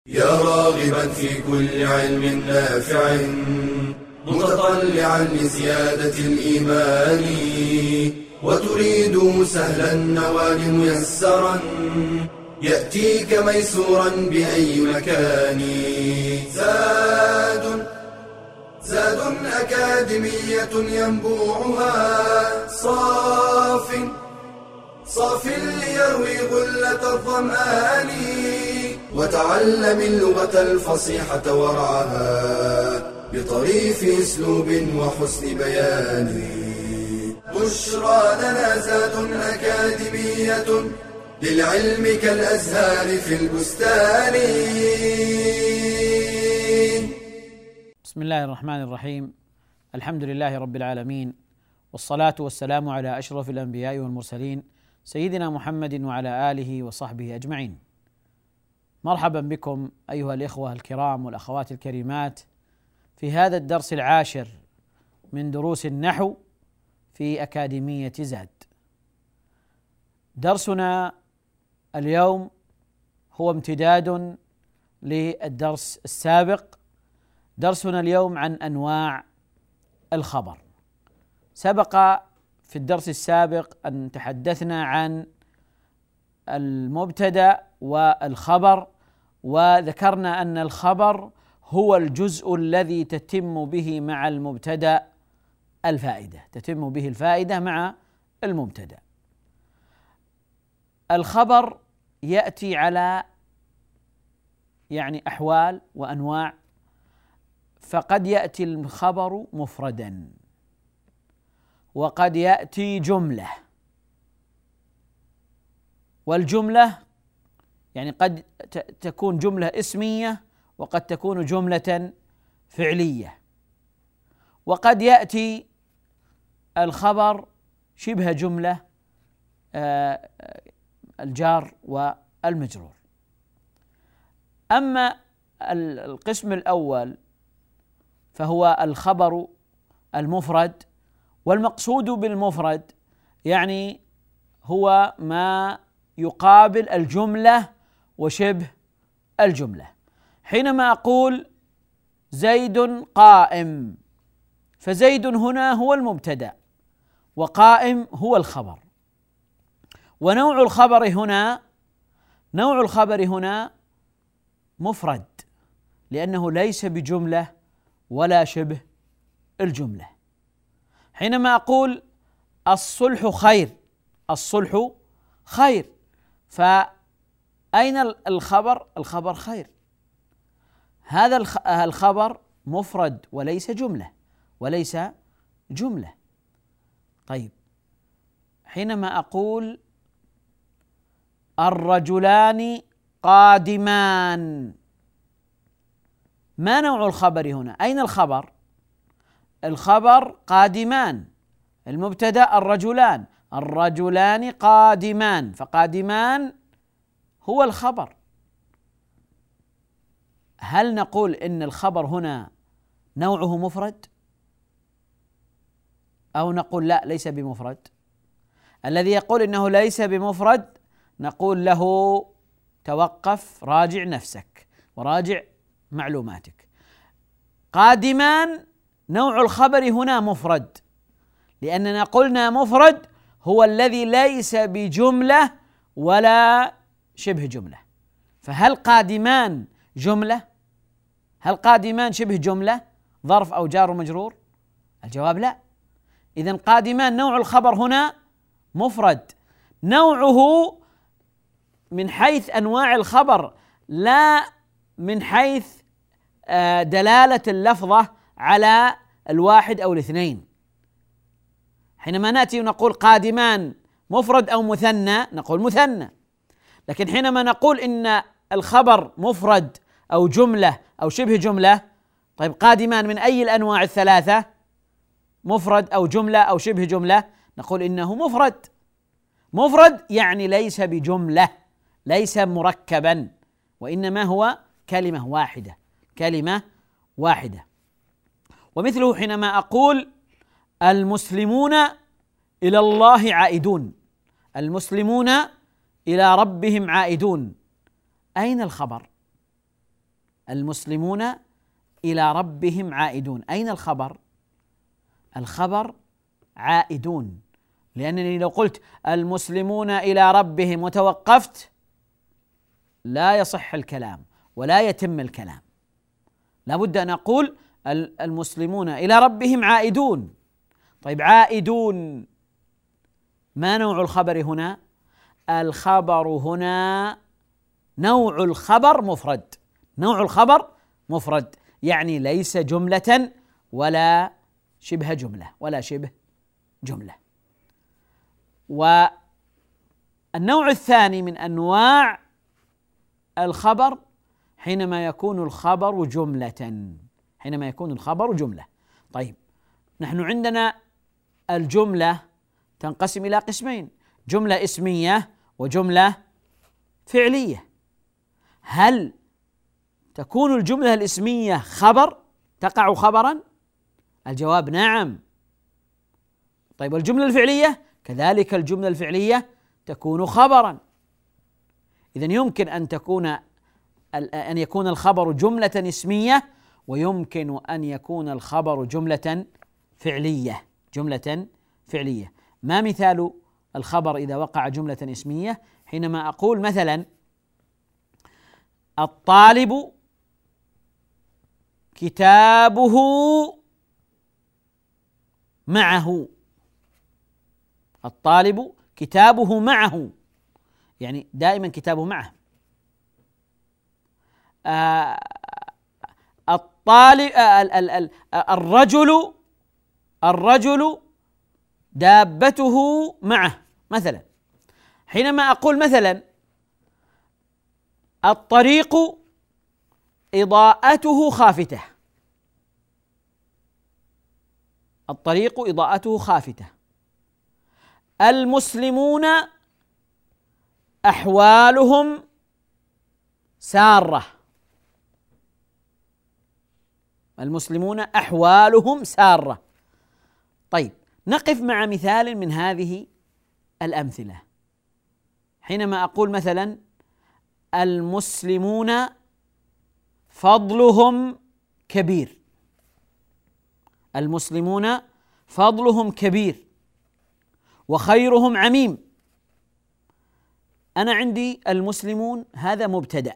يا راغبا في كل علم نافع متطلعا لزيادة الإيمان وتريد سهلا النوال ميسرا يأتيك ميسورا بأي مكان. زاد أكاديمية ينبوعها صاف ليروي غلة الظمآن وتعلم اللغة الفصيحة ورعاها بطريف اسلوب وحسن بيان. بشرى لنا زاد أكاديمية للعلم كالأزهار في البستان. بسم الله الرحمن الرحيم. الحمد لله رب العالمين، والصلاة والسلام على أشرف الأنبياء والمرسلين سيدنا محمد وعلى آله وصحبه أجمعين. مرحبا بكم أيها الإخوة الكرام والأخوات الكريمات في هذا الدرس العاشر من دروس النحو في أكاديمية زاد. درسنا اليوم هو امتداد للدرس السابق. درسنا اليوم عن أنواع الخبر. سبق في الدرس السابق أن تحدثنا عن المبتدأ والخبر، وذكرنا أن الخبر هو الجزء الذي تتم به مع المبتدأ الفائدة، تتم به الفائدة مع المبتدأ. الخبر يأتي على أحوال وأنواع، فقد يأتي الخبر مفردا، وقد يأتي جملة، والجملة قد تكون جملة اسمية وقد تكون جملة فعلية، وقد يأتي الخبر شبه جملة الجار والمجرور. أما القسم الأول فهو الخبر المفرد، والمقصود بالمفرد هو ما يقابل الجملة وشبه الجملة. حينما أقول زيد قائم، فزيد هنا هو المبتدأ وقائم هو الخبر، ونوع الخبر هنا مفرد لأنه ليس بجملة ولا شبه الجملة. حينما أقول الصلح خير، فأين الخبر؟ الخبر خير، هذا الخبر مفرد وليس جملة. طيب، حينما أقول الرجلان قادمان، ما نوع الخبر هنا؟ أين الخبر؟ الخبر قادمان، المبتدأ الرجلان قادمان، فقادمان هو الخبر. هل نقول إن الخبر هنا نوعه مفرد، أو نقول لا ليس بمفرد؟ الذي يقول إنه ليس بمفرد نقول له توقف، راجع نفسك وراجع معلوماتك. قادمان نوع الخبر هنا مفرد، لأننا قلنا مفرد هو الذي ليس بجملة ولا شبه جملة. فهل قادمان جملة؟ هل قادمان شبه جملة ظرف أو جار ومجرور؟ الجواب لا. إذن قادمان نوع الخبر هنا مفرد، نوعه من حيث أنواع الخبر لا من حيث دلالة اللفظة على الواحد أو الاثنين. حينما نأتي ونقول قادمان مفرد أو مثنى نقول مثنى، لكن حينما نقول إن الخبر مفرد أو جملة أو شبه جملة، طيب قادمان من أي الأنواع الثلاثة؟ مفرد أو جملة أو شبه جملة؟ نقول إنه مفرد يعني ليس بجملة، ليس مركبا، وإنما هو كلمة واحدة. ومثله حينما أقول المسلمون إلى الله عائدون، المسلمون إلى ربهم عائدون، أين الخبر؟ المسلمون إلى ربهم عائدون. أين الخبر؟ الخبر عائدون، لأنني لو قلت المسلمون إلى ربهم وتوقفت لا يصح الكلام ولا يتم الكلام، لابد أن أقول المسلمون إلى ربهم عائدون. طيب عائدون، ما نوع الخبر هنا؟ الخبر هنا نوع الخبر مفرد، نوع الخبر مفرد، يعني ليس جملة ولا شبه جملة ولا شبه جملة. والنوع الثاني من أنواع الخبر حينما يكون الخبر جملة، حينما يكون الخبر جملة. طيب نحن عندنا الجملة تنقسم إلى قسمين، جملة اسمية وجملة فعلية. هل تكون الجملة الاسمية خبر، تقع خبرا؟ الجواب نعم. طيب والجملة الفعلية؟ كذلك الجملة الفعلية تكون خبرا. إذن يمكن أن يكون الخبر جملة اسمية، ويمكن أن يكون الخبر جملة فعلية، جملة فعلية. ما مثال الخبر إذا وقع جملة اسمية؟ حينما أقول مثلا الطالب كتابه معه، الطالب كتابه معه، يعني دائما كتابه معه. الطالب الرجل دابته معه مثلا. حينما أقول مثلا الطريق إضاءته خافتة، الطريق إضاءته خافتة. المسلمون أحوالهم سارة، المسلمون أحوالهم سارة. طيب نقف مع مثال من هذه الأمثلة. حينما أقول مثلا المسلمون فضلهم كبير، المسلمون فضلهم كبير وخيرهم عميم. أنا عندي المسلمون هذا مبتدأ،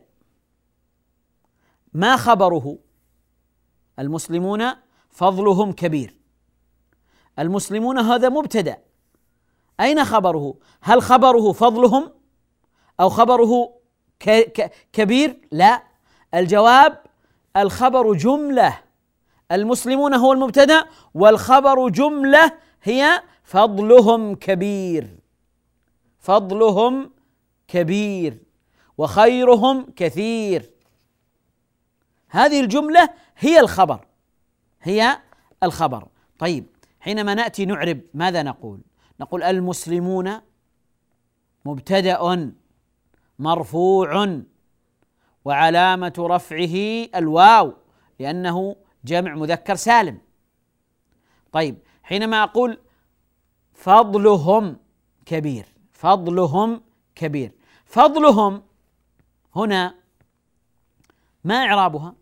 ما خبره؟ المسلمون فضلهم كبير، المسلمون هذا مبتدأ، أين خبره؟ هل خبره فضلهم أو خبره كبير؟ لا، الجواب الخبر جملة، المسلمون هو المبتدأ والخبر جملة هي فضلهم كبير، فضلهم كبير وخيرهم كثير. هذه الجملة هي الخبر، هي الخبر. طيب حينما نأتي نعرب ماذا نقول؟ نقول المسلمون مبتدأ مرفوع وعلامة رفعه الواو لأنه جمع مذكر سالم. طيب حينما أقول فضلهم كبير، فضلهم كبير، فضلهم هنا ما إعرابها؟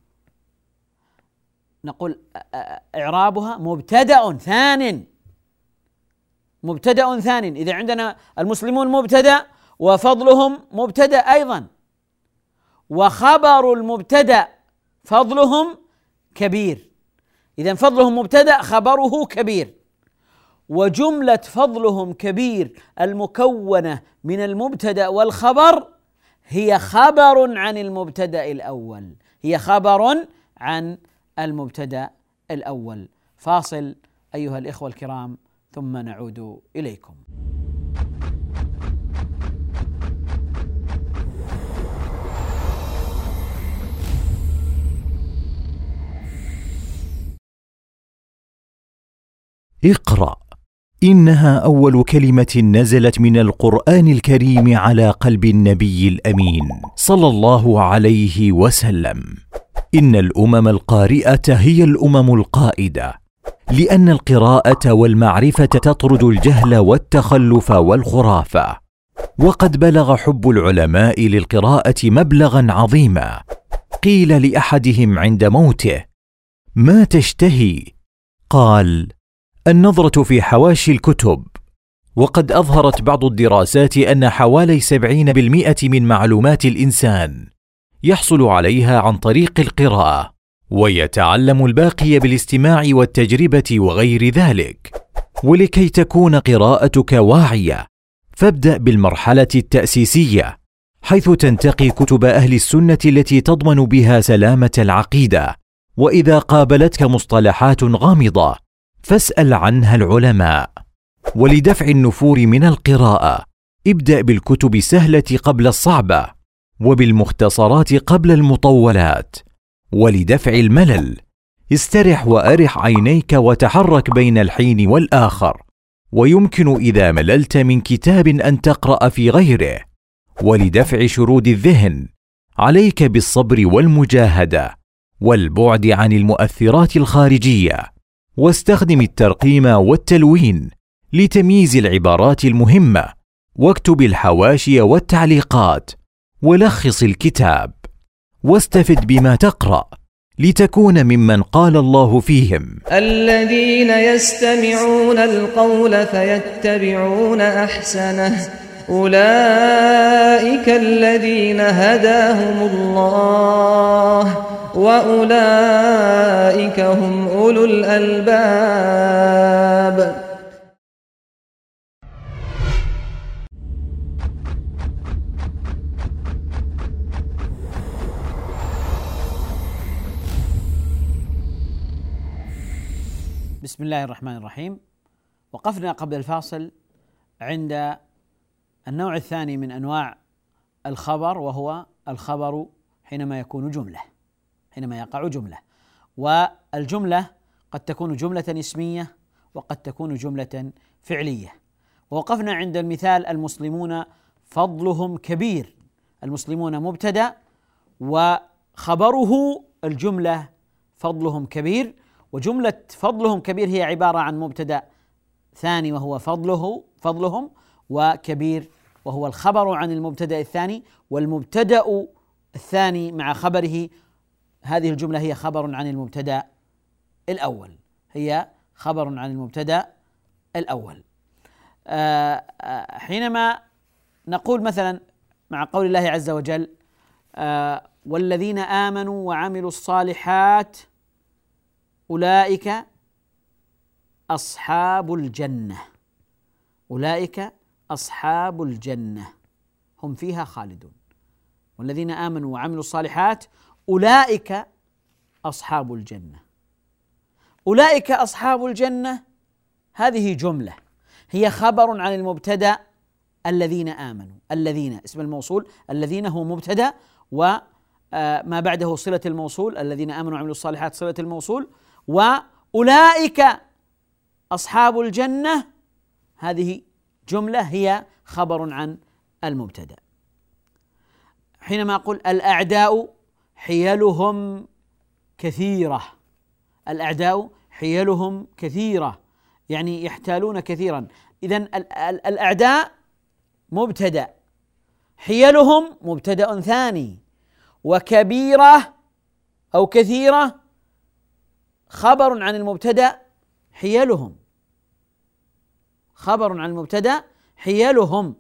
نقول إعرابها مبتدأ ثان، مبتدأ ثان. إذا عندنا المسلمون مبتدأ وفضلهم مبتدأ أيضا، وخبر المبتدأ فضلهم كبير، إذن فضلهم مبتدأ خبره كبير، وجملة فضلهم كبير المكونة من المبتدأ والخبر هي خبر عن المبتدأ الأول، هي خبر عن المبتدأ الأول. فاصل أيها الإخوة الكرام ثم نعود إليكم. اقرأ، إنها أول كلمة نزلت من القرآن الكريم على قلب النبي الأمين صلى الله عليه وسلم. إن الأمم القارئة هي الأمم القائدة، لأن القراءة والمعرفة تطرد الجهل والتخلف والخرافة. وقد بلغ حب العلماء للقراءة مبلغا عظيما، قيل لأحدهم عند موته: ما تشتهي؟ قال: النظرة في حواشي الكتب. وقد أظهرت بعض الدراسات أن حوالي 70% من معلومات الإنسان يحصل عليها عن طريق القراءة، ويتعلم الباقي بالاستماع والتجربة وغير ذلك. ولكي تكون قراءتك واعية، فابدأ بالمرحلة التأسيسية، حيث تنتقي كتب أهل السنة التي تضمن بها سلامة العقيدة. وإذا قابلتك مصطلحات غامضة فاسأل عنها العلماء. ولدفع النفور من القراءة، ابدأ بالكتب السهلة قبل الصعبة، وبالمختصرات قبل المطولات. ولدفع الملل، استرح وأرح عينيك وتحرك بين الحين والآخر، ويمكن إذا مللت من كتاب أن تقرأ في غيره. ولدفع شرود الذهن، عليك بالصبر والمجاهدة والبعد عن المؤثرات الخارجية، واستخدم الترقيم والتلوين لتمييز العبارات المهمة، واكتب الحواشي والتعليقات، ولخص الكتاب، واستفد بما تقرأ لتكون ممن قال الله فيهم: الذين يستمعون القول فيتبعون أحسنه أولئك الذين هداهم الله وأولئك هم أولو الألباب. بسم الله الرحمن الرحيم. وقفنا قبل الفاصل عند النوع الثاني من أنواع الخبر، وهو الخبر حينما يكون جملة، حينما يقع جملة. والجملة قد تكون جملة اسمية وقد تكون جملة فعلية. ووقفنا عند المثال: المسلمون فضلهم كبير. المسلمون مبتدأ وخبره الجملة فضلهم كبير، وجملة فضلهم كبير هي عبارة عن مبتدأ ثاني وهو فضلهم، وكبير وهو الخبر عن المبتدأ الثاني، والمبتدأ الثاني مع خبره. هذه الجملة هي خبر عن المبتدأ الأول، هي خبر عن المبتدأ الأول. حينما نقول مثلا مع قول الله عز وجل: والذين آمنوا وعملوا الصالحات أولئك أصحاب الجنة، أولئك أصحاب الجنة هم فيها خالدون. والذين آمنوا وعملوا الصالحات أولئك أصحاب الجنة. أولئك أصحاب الجنة هذه جملة هي خبر عن المبتدأ الذين آمنوا. الذين اسم الموصول، الذين هو مبتدأ، وما بعده صلة الموصول، الذين آمنوا وعملوا الصالحات صلة الموصول. وأولئك أصحاب الجنة هذه جملة هي خبر عن المبتدأ. حينما أقول الأعداء حيلهم كثيرة، الأعداء حيلهم كثيرة يعني يحتالون كثيرا. إذن الأعداء مبتدأ، حيلهم مبتدأ ثاني، وكبيرة أو كثيرة خبر عن المبتدأ حيلهم، خبر عن المبتدأ حيلهم،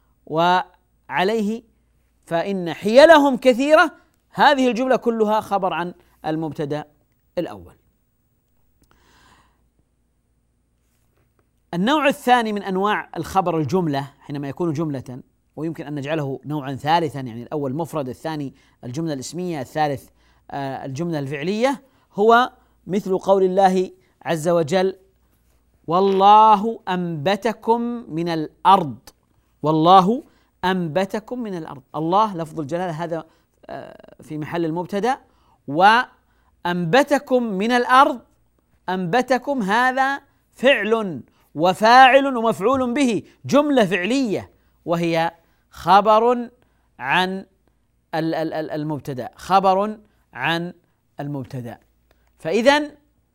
وعليه فإن حيلهم كثيرة هذه الجملة كلها خبر عن المبتدأ الأول. النوع الثاني من أنواع الخبر الجملة حينما يكون جملة، ويمكن أن نجعله نوعا ثالثا، يعني الأول مفرد، الثاني الجملة الاسمية، الثالث الجملة الفعلية، هو مثل قول الله عز وجل: والله أنبتكم من الأرض. والله أنبتكم من الأرض. الله لفظ الجلالة هذا في محل المبتدأ، وأنبتكم من الأرض، أنبتكم هذا فعل وفاعل ومفعول به، جملة فعلية، وهي خبر عن المبتدأ، خبر عن المبتدأ. فإذن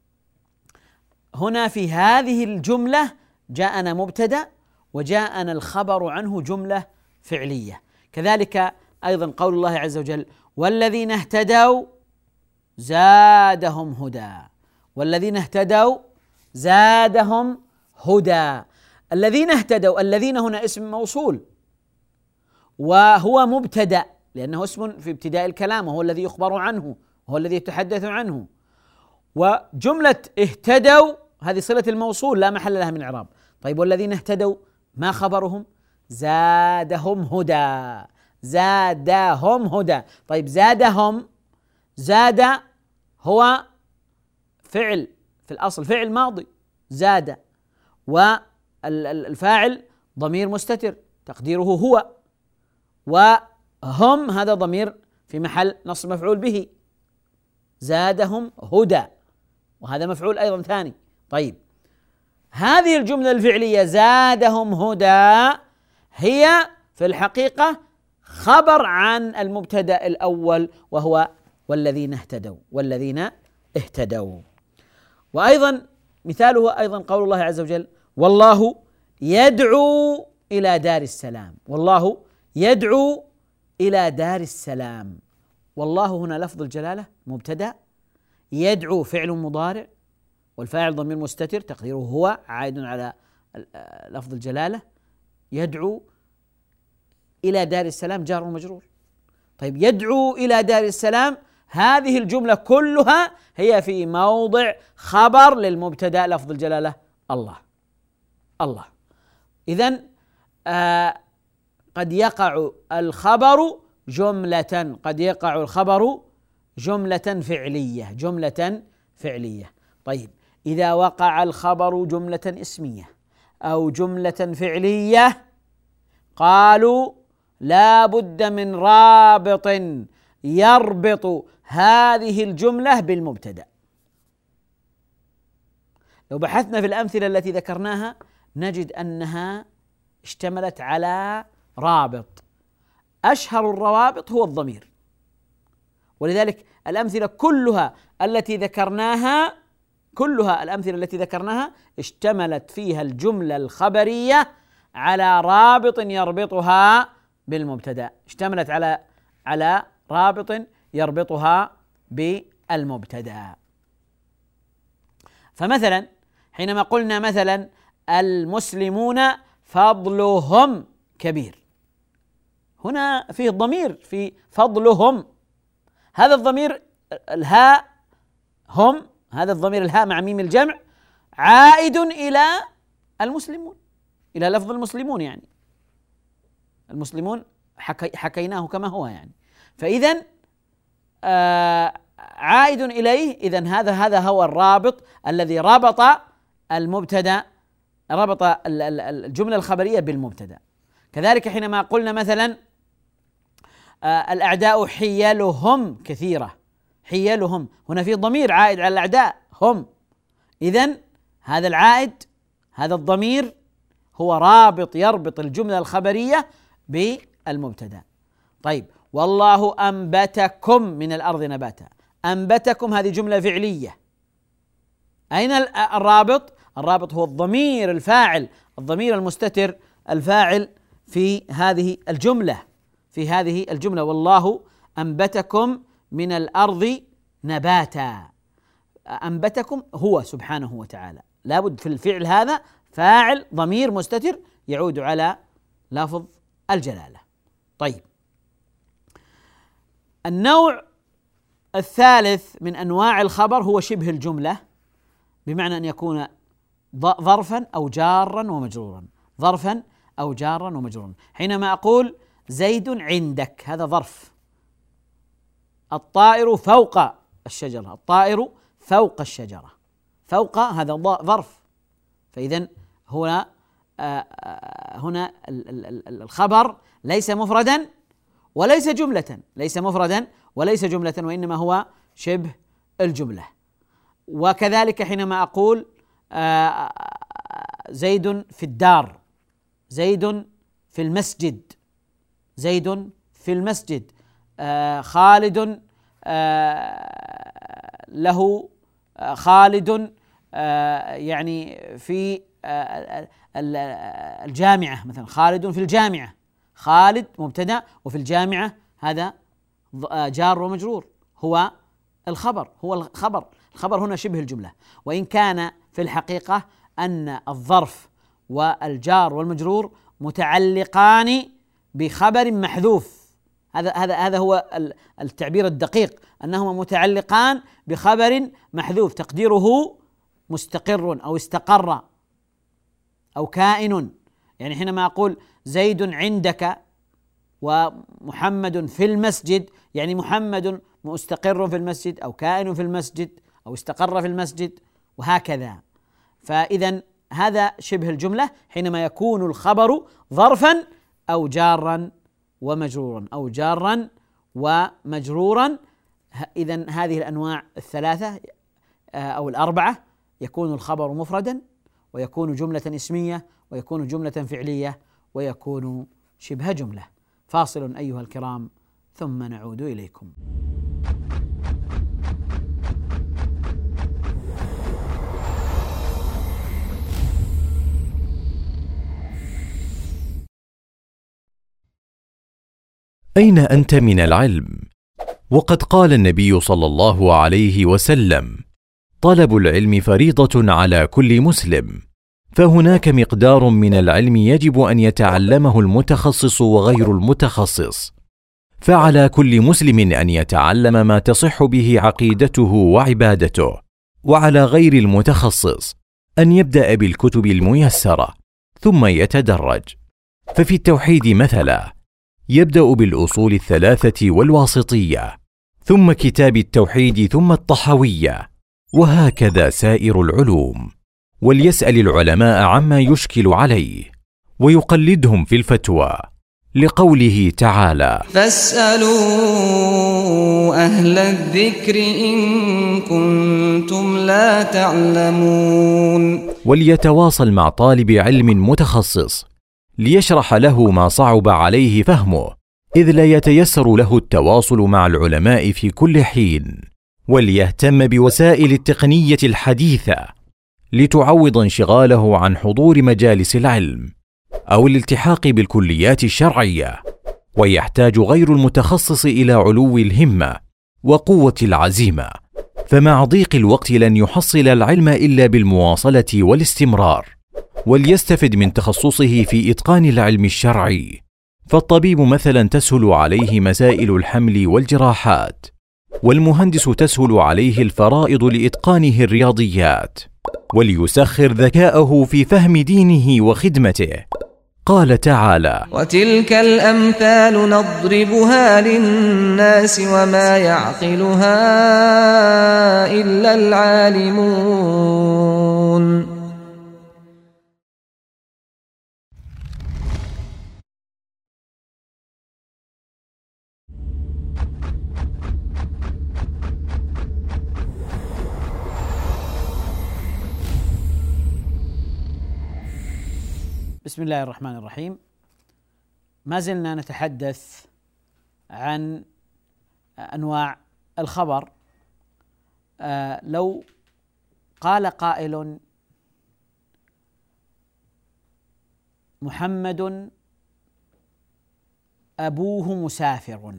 هنا في هذه الجملة جاءنا مبتدأ وجاءنا الخبر عنه جملة فعلية. كذلك أيضا قول الله عز وجل: والذين اهتدوا زادهم هدى، والذين اهتدوا زادهم هدى. الذين اهتدوا، الذين هنا اسم موصول وهو مبتدأ لأنه اسم في ابتداء الكلام، وهو الذي يخبر عنه، وهو الذي يتحدث عنه. وجملة اهتدوا هذه صلة الموصول لا محل لها من إعراب. طيب والذين اهتدوا ما خبرهم؟ زادهم هدى، زادهم هدى. طيب زادهم، زاد هو فعل في الأصل، فعل ماضي زاد، والفاعل ضمير مستتر تقديره هو، وهم هذا ضمير في محل نصب مفعول به. زادهم هدى وهذا مفعول أيضا ثاني. طيب هذه الجملة الفعلية زادهم هدى هي في الحقيقة خبر عن المبتدأ الأول وهو والذين اهتدوا، والذين اهتدوا. وأيضا مثاله أيضا قول الله عز وجل والله يدعو إلى دار السلام، والله يدعو إلى دار السلام. والله هنا لفظ الجلالة مبتدأ، يدعو فعل مضارع، والفاعل ضمير مستتر تقديره هو عائد على لفظ الجلالة، يدعو إلى دار السلام جار ومجرور. طيب يدعو إلى دار السلام هذه الجملة كلها هي في موضع خبر للمبتدأ لفظ الجلالة الله. الله إذن قد يقع الخبر جملة، قد يقع الخبر جملة فعلية، جملة فعلية. طيب إذا وقع الخبر جملة اسمية أو جملة فعلية قالوا لا بد من رابط يربط هذه الجملة بالمبتدأ. لو بحثنا في الأمثلة التي ذكرناها نجد أنها اشتملت على رابط، أشهر الروابط هو الضمير، ولذلك الأمثلة كلها التي ذكرناها، كلها الأمثلة التي ذكرناها اشتملت فيها الجملة الخبرية على رابط يربطها بالمبتدأ، اشتملت على رابط يربطها بالمبتدأ. فمثلا حينما قلنا مثلا المسلمون فضلهم كبير، هنا فيه الضمير في فضلهم، هذا الضمير الهاء هم، هذا الضمير الهاء مع ميم الجمع عائد إلى المسلمون، إلى لفظ المسلمون، يعني المسلمون حكيناه كما هو يعني، فإذن عائد إليه. إذن هذا هو الرابط الذي ربط المبتدأ، ربط الجملة الخبرية بالمبتدأ. كذلك حينما قلنا مثلا الأعداء حيلهم كثيرة، حيلهم هنا في ضمير عائد على الأعداء هم، إذن هذا العائد هذا الضمير هو رابط يربط الجملة الخبرية بالمبتدأ. طيب والله أنبتكم من الأرض نباتا، أنبتكم هذه جملة فعلية، أين الرابط؟ الرابط هو الضمير الفاعل، الضمير المستتر الفاعل في هذه الجملة، في هذه الجملة والله أنبتكم من الأرض نباتا. أنبتكم هو سبحانه وتعالى، لابد في الفعل هذا فاعل ضمير مستتر يعود على لفظ الجلالة. طيب النوع الثالث من أنواع الخبر هو شبه الجملة، بمعنى أن يكون ظرفا أو جارا ومجرورا، ظرفا أو جارا ومجرورا. حينما أقول زيد عندك هذا ظرف، الطائر فوق الشجرة، الطائر فوق الشجرة، فوق هذا ظرف، فإذن هنا الخبر ليس مفردا وليس جملة، ليس مفردا وليس جملة، وإنما هو شبه الجملة. وكذلك حينما أقول زيد في الدار، زيد في المسجد، زيد في المسجد، خالد له خالد يعني في الجامعة مثلا، خالد في الجامعة، خالد مبتدأ وفي الجامعة هذا جار ومجرور، هو الخبر، الخبر هنا شبه الجملة، وإن كان في الحقيقة أن الظرف والجار والمجرور متعلقان بخبر محذوف. هذا هو التعبير الدقيق، أنهما متعلقان بخبر محذوف تقديره مستقر أو استقر أو كائن. يعني حينما أقول زيد عندك ومحمد في المسجد، يعني محمد مستقر في المسجد أو كائن في المسجد أو استقر في المسجد، وهكذا. فإذا هذا شبه الجملة حينما يكون الخبر ظرفا أو جارا ومجرورا أو جارا ومجرورا. إذن هذه الأنواع الثلاثة أو الأربعة، يكون الخبر مفردا، ويكون جملة اسمية، ويكون جملة فعلية، ويكون شبه جملة. فاصل أيها الكرام ثم نعود إليكم. أين أنت من العلم؟ وقد قال النبي صلى الله عليه وسلم: طلب العلم فريضة على كل مسلم، فهناك مقدار من العلم يجب أن يتعلمه المتخصص وغير المتخصص، فعلى كل مسلم أن يتعلم ما تصح به عقيدته وعبادته، وعلى غير المتخصص أن يبدأ بالكتب الميسرة ثم يتدرج. ففي التوحيد مثلا يبدأ بالأصول الثلاثة والواسطية، ثم كتاب التوحيد، ثم الطحاوية، وهكذا سائر العلوم. وليسأل العلماء عما يشكل عليه ويقلدهم في الفتوى، لقوله تعالى: فاسألوا أهل الذكر إن كنتم لا تعلمون. وليتواصل مع طالب علم متخصص ليشرح له ما صعب عليه فهمه، إذ لا يتيسر له التواصل مع العلماء في كل حين. وليهتم بوسائل التقنية الحديثة لتعوض انشغاله عن حضور مجالس العلم أو الالتحاق بالكليات الشرعية. ويحتاج غير المتخصص إلى علو الهمة وقوة العزيمة، فمع ضيق الوقت لن يحصل العلم إلا بالمواصلة والاستمرار. وليستفد من تخصصه في إتقان العلم الشرعي، فالطبيب مثلا تسهل عليه مسائل الحمل والجراحات، والمهندس تسهل عليه الفرائض لإتقانه الرياضيات. وليسخر ذكاءه في فهم دينه وخدمته. قال تعالى: وتلك الأمثال نضربها للناس وما يعقلها إلا العالمون. بسم الله الرحمن الرحيم. ما زلنا نتحدث عن أنواع الخبر. لو قال قائل: محمد أبوه مسافر،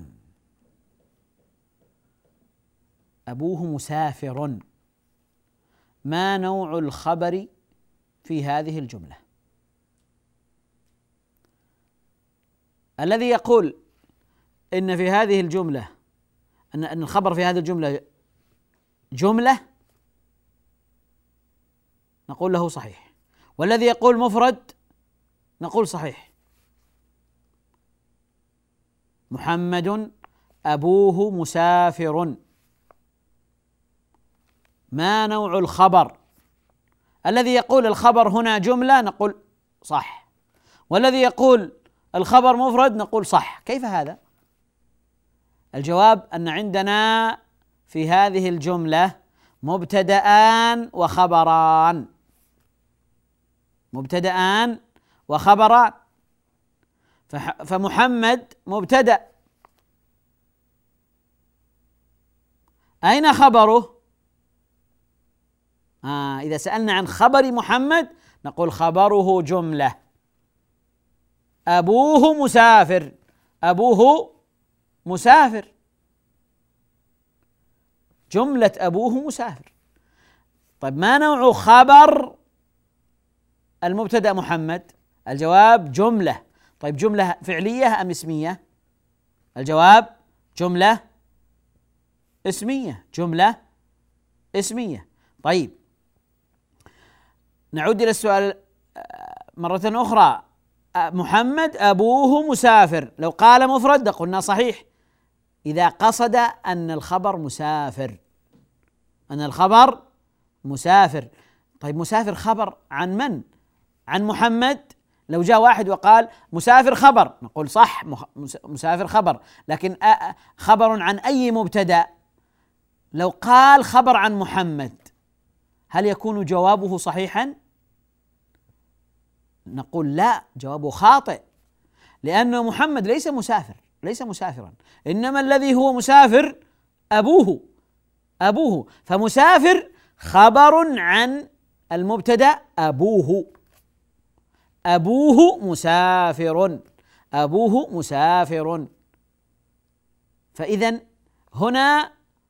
أبوه مسافر، ما نوع الخبر في هذه الجملة؟ الذي يقول إن في هذه الجملة أن الخبر في هذه الجملة جملة نقول له صحيح، والذي يقول مفرد نقول صحيح. محمد أبوه مسافر، ما نوع الخبر؟ الذي يقول الخبر هنا جملة نقول صح، والذي يقول الخبر مفرد نقول صح. كيف هذا؟ الجواب أن عندنا في هذه الجملة مبتدأان وخبران، مبتدأان وخبران. فمحمد مبتدأ، أين خبره؟ إذا سألنا عن خبر محمد نقول خبره جملة. أبوه مسافر، أبوه مسافر، جملة أبوه مسافر. طيب ما نوع خبر المبتدأ محمد؟ الجواب جملة. طيب جملة فعلية أم اسمية؟ الجواب جملة اسمية، جملة اسمية. طيب نعود إلى السؤال مرة أخرى. محمد أبوه مسافر، لو قال مفرد قلنا صحيح إذا قصد أن الخبر مسافر، أن الخبر مسافر. طيب مسافر خبر عن من؟ عن محمد. لو جاء واحد وقال مسافر خبر نقول صح، مسافر خبر، لكن خبر عن أي مبتدأ؟ لو قال خبر عن محمد هل يكون جوابه صحيحا؟ نقول لا، جوابه خاطئ، لأن محمد ليس مسافر، ليس مسافرا، إنما الذي هو مسافر أبوه، فمسافر خبر عن المبتدأ أبوه مسافر. فإذن هنا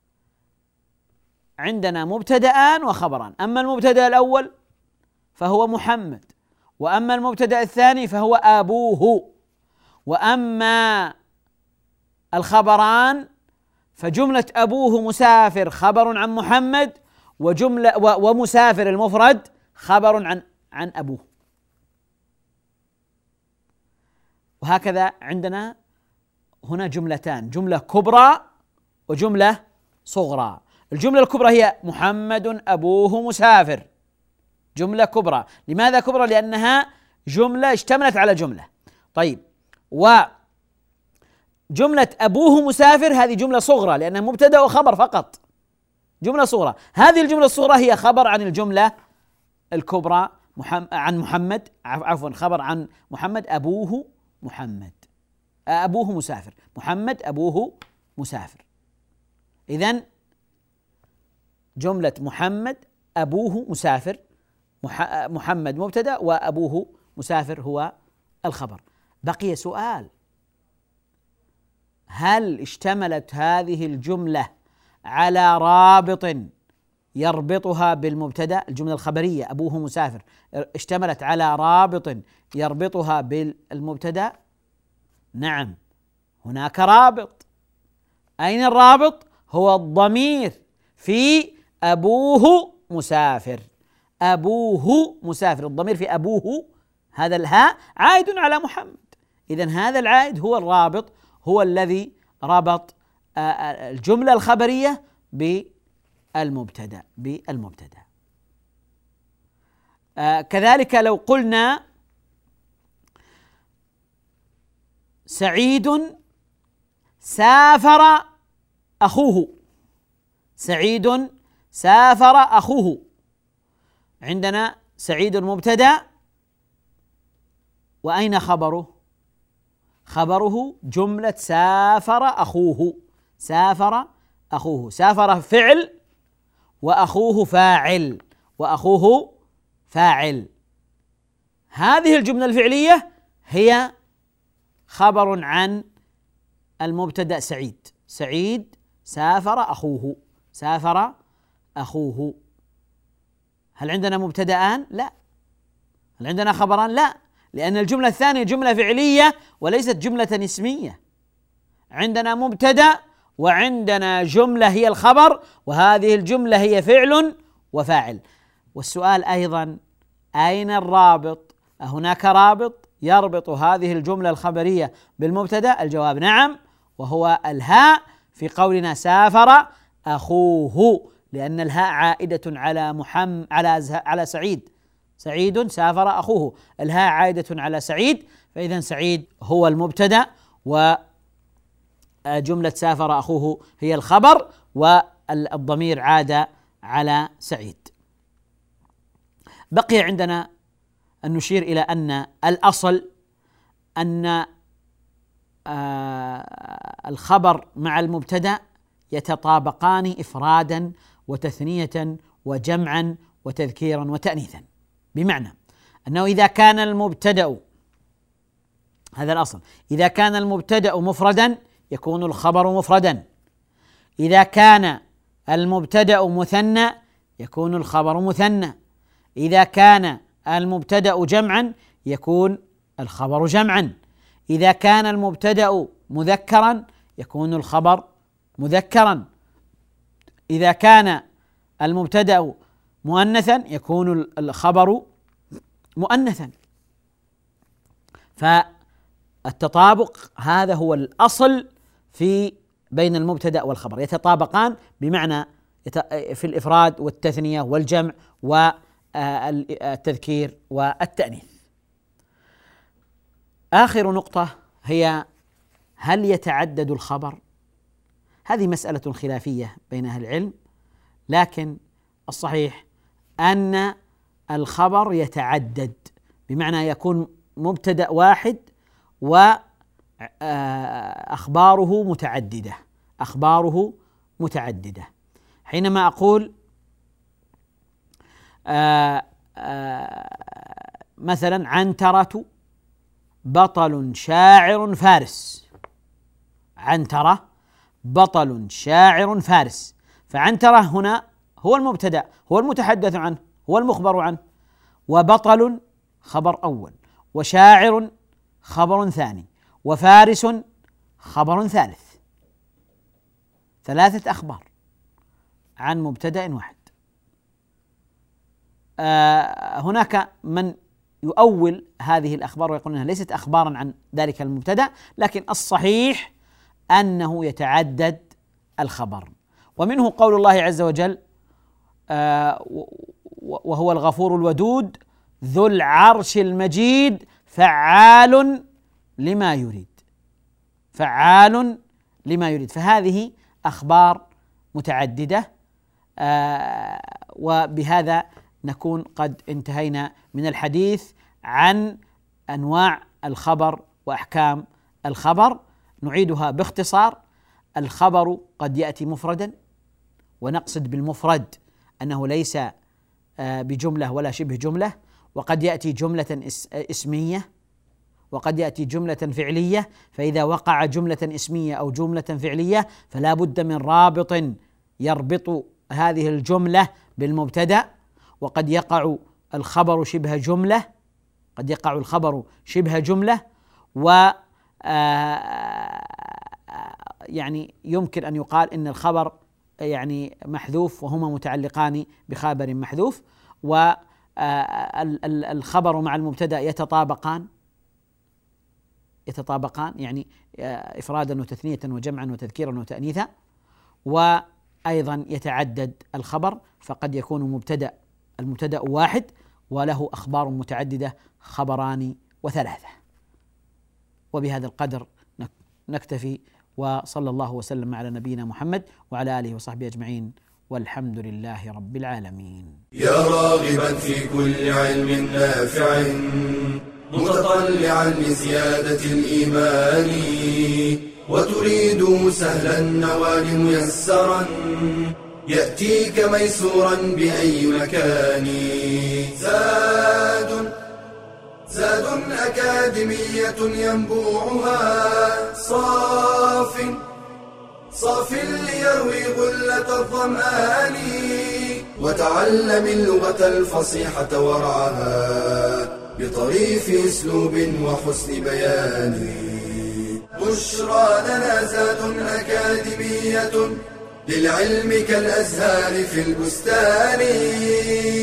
عندنا مبتدأان وخبران، أما المبتدأ الأول فهو محمد، وأما المبتدأ الثاني فهو أبوه، وأما الخبران فجملة أبوه مسافر خبر عن محمد، ومسافر المفرد خبر عن أبوه. وهكذا عندنا هنا جملتان، جملة كبرى وجملة صغرى. الجملة الكبرى هي محمد أبوه مسافر، جملة كبرى. لماذا كبرى؟ لأنها جملة اشتملت على جملة. طيب وجملة أبوه مسافر هذه جملة صغرى لأنها مبتدأ وخبر فقط، جملة صغرى. هذه الجملة الصغرى هي خبر عن الجملة الكبرى عن محمد، عفوا خبر عن محمد أبوه مسافر، محمد أبوه مسافر. إذن جملة محمد أبوه مسافر، محمد مبتدأ وأبوه مسافر هو الخبر. بقي سؤال: هل اشتملت هذه الجملة على رابط يربطها بالمبتدأ؟ الجملة الخبرية أبوه مسافر اشتملت على رابط يربطها بالمبتدأ؟ نعم، هناك رابط. أين الرابط؟ هو الضمير في أبوه مسافر، أبوه مسافر، الضمير في أبوه، هذا الهاء عائد على محمد، إذن هذا العائد هو الرابط، هو الذي ربط الجملة الخبرية بالمبتدأ. كذلك لو قلنا سعيد سافر أخوه، سعيد سافر أخوه، عندنا سعيد مبتدأ، وأين خبره؟ خبره جملة سافر أخوه، سافر أخوه، سافر فعل وأخوه فاعل، هذه الجملة الفعلية هي خبر عن المبتدأ سعيد سافر أخوه. هل عندنا مبتدأان؟ لا. هل عندنا خبران؟ لا، لأن الجملة الثانية جملة فعلية وليست جملة اسمية. عندنا مبتدأ وعندنا جملة هي الخبر، وهذه الجملة هي فعل وفاعل. والسؤال أيضا: أين الرابط؟ أهناك رابط يربط هذه الجملة الخبرية بالمبتدأ؟ الجواب نعم، وهو الهاء في قولنا سافر أخوه، لأن الهاء عائدة على سعيد سافر أخوه، الهاء عائدة على سعيد، فإذا سعيد هو المبتدأ وجملة سافر أخوه هي الخبر، والضمير عاد على سعيد. بقي عندنا أن نشير إلى أن الأصل أن الخبر مع المبتدأ يتطابقان إفرادا وتثنية وجمعا وتذكيرا وتأنيثا، بمعنى أنه إذا كان المبتدأ، هذا الأصل، إذا كان المبتدأ مفردا يكون الخبر مفردا، إذا كان المبتدأ مثنى يكون الخبر مثنى، إذا كان المبتدأ جمعا يكون الخبر جمعا، إذا كان المبتدأ مذكرا يكون الخبر مذكرا، إذا كان المبتدأ مؤنثا يكون الخبر مؤنثا. فالتطابق هذا هو الأصل في بين المبتدأ والخبر، يتطابقان بمعنى في الإفراد والتثنية والجمع والتذكير والتأنيث. آخر نقطة هي هل يتعدد الخبر؟ هذه مسألة خلافية بين أهل العلم، لكن الصحيح أن الخبر يتعدد، بمعنى يكون مبتدأ واحد وأخباره متعددة، أخباره متعددة. حينما أقول مثلا عنترة بطل شاعر فارس، عنترة بطل شاعر فارس، فعنترة هنا هو المبتدأ، هو المتحدث عنه، هو المخبر عنه، وبطل خبر أول، وشاعر خبر ثاني، وفارس خبر ثالث، ثلاثة أخبار عن مبتدأ واحد. هناك من يؤول هذه الأخبار ويقول أنها ليست أخبارا عن ذلك المبتدأ، لكن الصحيح أنه يتعدد الخبر. ومنه قول الله عز وجل وهو الغفور الودود ذو العرش المجيد فعال لما يريد، فعال لما يريد. فهذه أخبار متعددة. وبهذا نكون قد انتهينا من الحديث عن أنواع الخبر وأحكام الخبر. نعيدها باختصار: الخبر قد يأتي مفردا، ونقصد بالمفرد أنه ليس بجملة ولا شبه جملة، وقد يأتي جملة اسمية، وقد يأتي جملة فعلية. فإذا وقع جملة اسمية أو جملة فعلية فلا بد من رابط يربط هذه الجملة بالمبتدأ. وقد يقع الخبر شبه جملة، قد يقع الخبر شبه جملة، و يعني يمكن أن يقال إن الخبر يعني محذوف وهما متعلقان بخبر محذوف، والخبر مع المبتدأ يتطابقان يعني إفرادا وتثنية وجمعا وتذكيرا وتأنيثا. وأيضا يتعدد الخبر، فقد يكون المبتدأ واحد وله أخبار متعددة، خبران وثلاثة. وبهذا القدر نكتفي، وصلى الله وسلم على نبينا محمد وعلى آله وصحبه أجمعين، والحمد لله رب العالمين. يا راغبا في كل علم نافع متطلعا لزيادة الإيمان، وتريد سهلا النوال ميسرا يأتيك ميسورا بأي مكان. زاد أكاديمية ينبوعها صاف ليروي غلة الظمآن، وتعلم اللغة الفصيحة ورعاها بطريف أسلوب وحسن بيان. بشرى لنا زاد أكاديمية للعلم كالأزهار في البستان.